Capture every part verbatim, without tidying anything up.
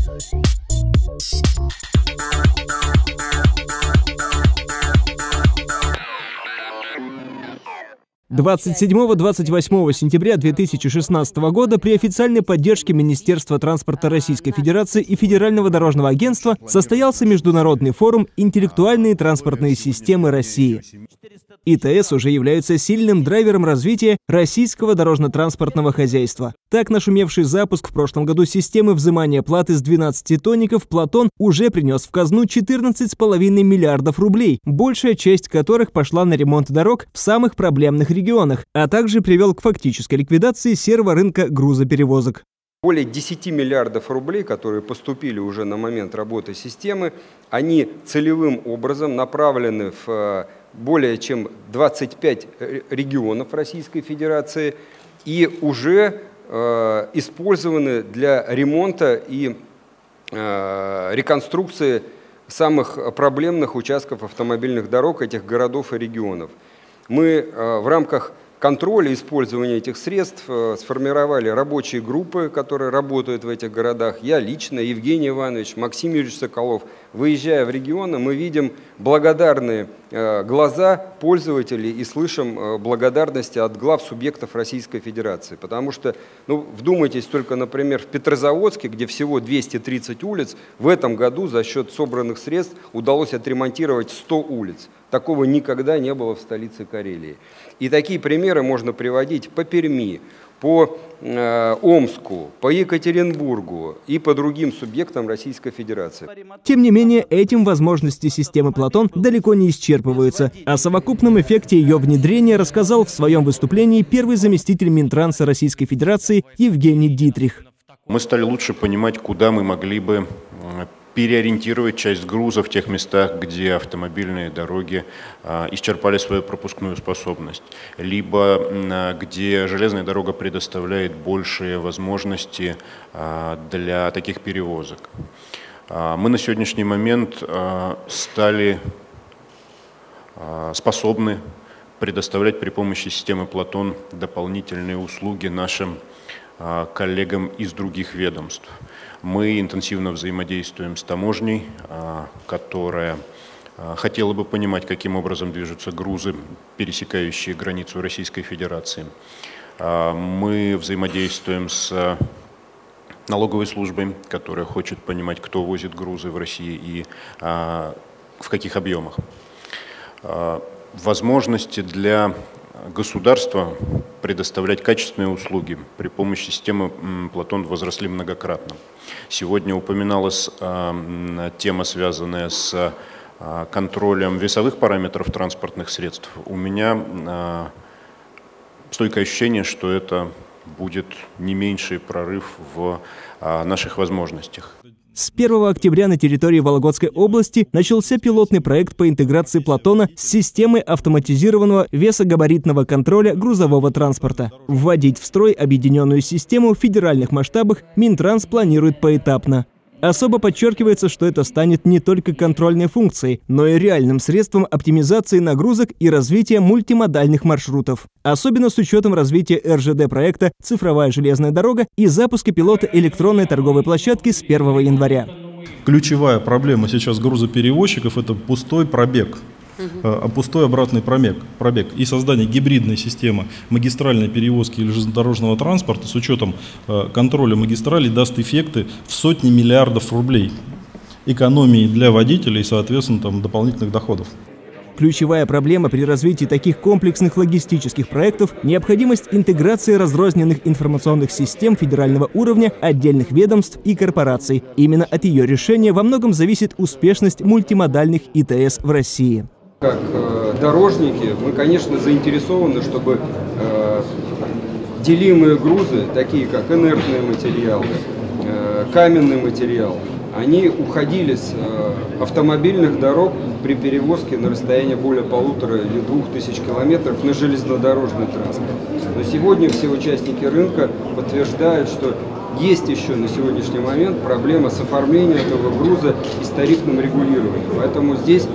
двадцать седьмого — двадцать восьмого сентября две тысячи шестнадцатого года при официальной поддержке Министерства транспорта Российской Федерации и Федерального дорожного агентства состоялся международный форум «Интеллектуальные транспортные системы России». И Тэ Эс уже являются сильным драйвером развития российского дорожно-транспортного хозяйства. Так, нашумевший запуск в прошлом году системы взимания платы с двенадцатитонников «Платон» уже принес в казну четырнадцать с половиной миллиардов рублей, большая часть которых пошла на ремонт дорог в самых проблемных регионах, а также привел к фактической ликвидации серого рынка грузоперевозок. Более десяти миллиардов рублей, которые поступили уже на момент работы системы, они целевым образом направлены в более чем двадцать пять регионов Российской Федерации и уже э, использованы для ремонта и э, реконструкции самых проблемных участков автомобильных дорог этих городов и регионов. Мы э, в рамках контроля использования этих средств э, сформировали рабочие группы, которые работают в этих городах. Я лично, Евгений Иванович, Максим Юрьевич Соколов. Выезжая в регионы, мы видим благодарные э, глаза пользователей и слышим э, благодарности от глав субъектов Российской Федерации. Потому что, ну, вдумайтесь только, например, в Петрозаводске, где всего двести тридцать улиц, в этом году за счет собранных средств удалось отремонтировать сто улиц. Такого никогда не было в столице Карелии. И такие примеры можно приводить по Перми, по э, Омску, по Екатеринбургу и по другим субъектам Российской Федерации. Тем не менее, этим возможности системы «Платон» далеко не исчерпываются. О совокупном эффекте ее внедрения рассказал в своем выступлении первый заместитель Минтранса Российской Федерации Евгений Дитрих. Мы стали лучше понимать, куда мы могли бы переориентировать часть груза в тех местах, где автомобильные дороги а, исчерпали свою пропускную способность, либо а, где железная дорога предоставляет большие возможности а, для таких перевозок. А, мы на сегодняшний момент а, стали а, способны предоставлять при помощи системы «Платон» дополнительные услуги нашим а, коллегам из других ведомств. Мы интенсивно взаимодействуем с таможней, которая хотела бы понимать, каким образом движутся грузы, пересекающие границу Российской Федерации. Мы взаимодействуем с налоговой службой, которая хочет понимать, кто возит грузы в России и в каких объемах. Возможности для государства предоставлять качественные услуги при помощи системы «Платон» возросли многократно. Сегодня упоминалась э, тема, связанная с э, контролем весовых параметров транспортных средств. У меня э, стойкое ощущение, что это будет не меньший прорыв в э, наших возможностях. С первого октября на территории Вологодской области начался пилотный проект по интеграции «Платона» с системой автоматизированного весогабаритного контроля грузового транспорта. Вводить в строй объединенную систему в федеральных масштабах Минтранс планирует поэтапно. Особо подчеркивается, что это станет не только контрольной функцией, но и реальным средством оптимизации нагрузок и развития мультимодальных маршрутов. Особенно с учетом развития эр жэ дэ-проекта «Цифровая железная дорога» и запуска пилота электронной торговой площадки с первого января. Ключевая проблема сейчас грузоперевозчиков – это пустой пробег. А пустой обратный пробег, пробег и создание гибридной системы магистральной перевозки или железнодорожного транспорта с учетом контроля магистралей даст эффекты в сотни миллиардов рублей экономии для водителей и, соответственно, там, дополнительных доходов. Ключевая проблема при развитии таких комплексных логистических проектов – необходимость интеграции разрозненных информационных систем федерального уровня, отдельных ведомств и корпораций. Именно от ее решения во многом зависит успешность мультимодальных и тэ эс в России. Как э, дорожники мы, конечно, заинтересованы, чтобы э, делимые грузы, такие как инертные материалы, э, каменный материал, они уходили с э, автомобильных дорог при перевозке на расстояние более полутора или двух тысяч километров на железнодорожный транспорт. Но сегодня все участники рынка подтверждают, что есть еще на сегодняшний момент проблема с оформлением этого груза и с тарифным регулированием. Поэтому здесь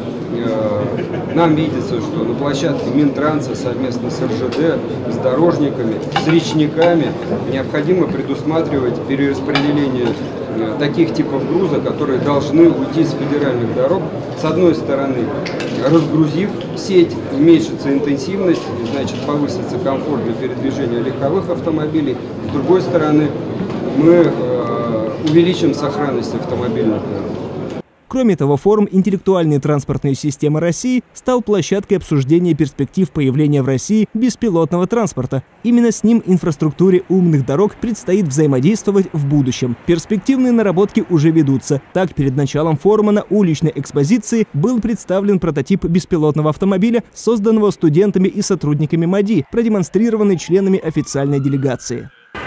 э, нам видится, что на площадке Минтранса совместно с эр жэ дэ, с дорожниками, с речниками необходимо предусматривать перераспределение таких типов груза, которые должны уйти с федеральных дорог. С одной стороны, разгрузив сеть, уменьшится интенсивность, значит, повысится комфорт для передвижения легковых автомобилей. С другой стороны, мы э, увеличим сохранность автомобильных дорог. Кроме того, форум «Интеллектуальные транспортные системы России» стал площадкой обсуждения перспектив появления в России беспилотного транспорта. Именно с ним инфраструктуре умных дорог предстоит взаимодействовать в будущем. Перспективные наработки уже ведутся. Так, перед началом форума на уличной экспозиции был представлен прототип беспилотного автомобиля, созданного студентами и сотрудниками МАДИ, продемонстрированный членами официальной делегации.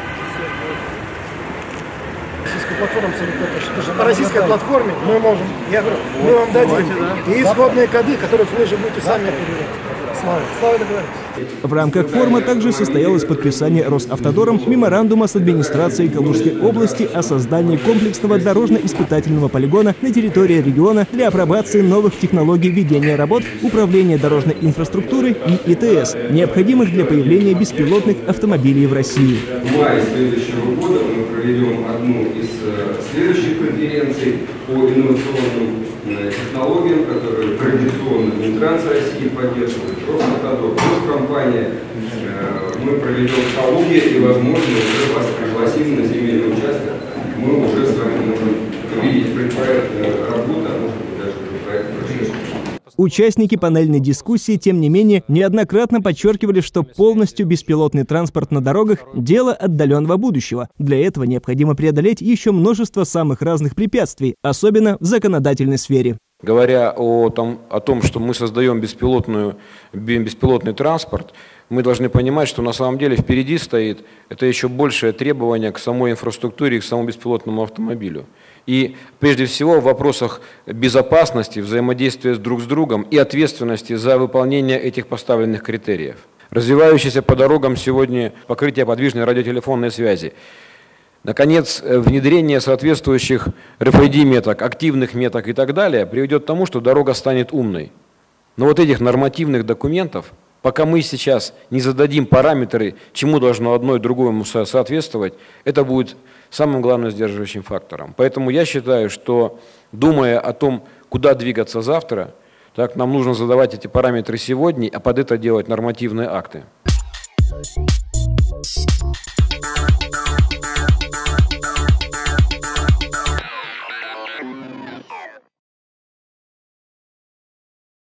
Платформа абсолютно точно. По российской платформе мы можем, я говорю, мы вам дадим и исходные коды, которые вы же будете сами определять. Слава, слава договорились. В рамках форума также состоялось подписание Росавтодором меморандума с администрацией Калужской области о создании комплексного дорожно-испытательного полигона на территории региона для апробации новых технологий ведения работ, управления дорожной инфраструктурой и ИТС, необходимых для появления беспилотных автомобилей в России. В мае следующего года мы проведем одну из следующих конференций по инновационным технологиям, которые традиционно Минтранс России поддерживает, Росавтодор, Госкомпания. Мы проведем в Калуге и, возможно, уже вас пригласим на земельный участок. Мы уже с вами можем увидеть предпроектную работу, а может быть даже предпроект прошедший. Участники панельной дискуссии, тем не менее, неоднократно подчеркивали, что полностью беспилотный транспорт на дорогах – дело отдаленного будущего. Для этого необходимо преодолеть еще множество самых разных препятствий, особенно в законодательной сфере. Говоря о том, о том, что мы создаем беспилотную, беспилотный транспорт, мы должны понимать, что на самом деле впереди стоит это еще большее требование к самой инфраструктуре и к самому беспилотному автомобилю. И прежде всего в вопросах безопасности, взаимодействия друг с другом и ответственности за выполнение этих поставленных критериев. Развивающееся по дорогам сегодня покрытие подвижной радиотелефонной связи. Наконец, внедрение соответствующих эр эф ай ди-меток, активных меток и так далее приведет к тому, что дорога станет умной. Но вот этих нормативных документов, пока мы сейчас не зададим параметры, чему должно одно и другому соответствовать, это будет самым главным сдерживающим фактором. Поэтому я считаю, что, думая о том, куда двигаться завтра, так, нам нужно задавать эти параметры сегодня, а под это делать нормативные акты.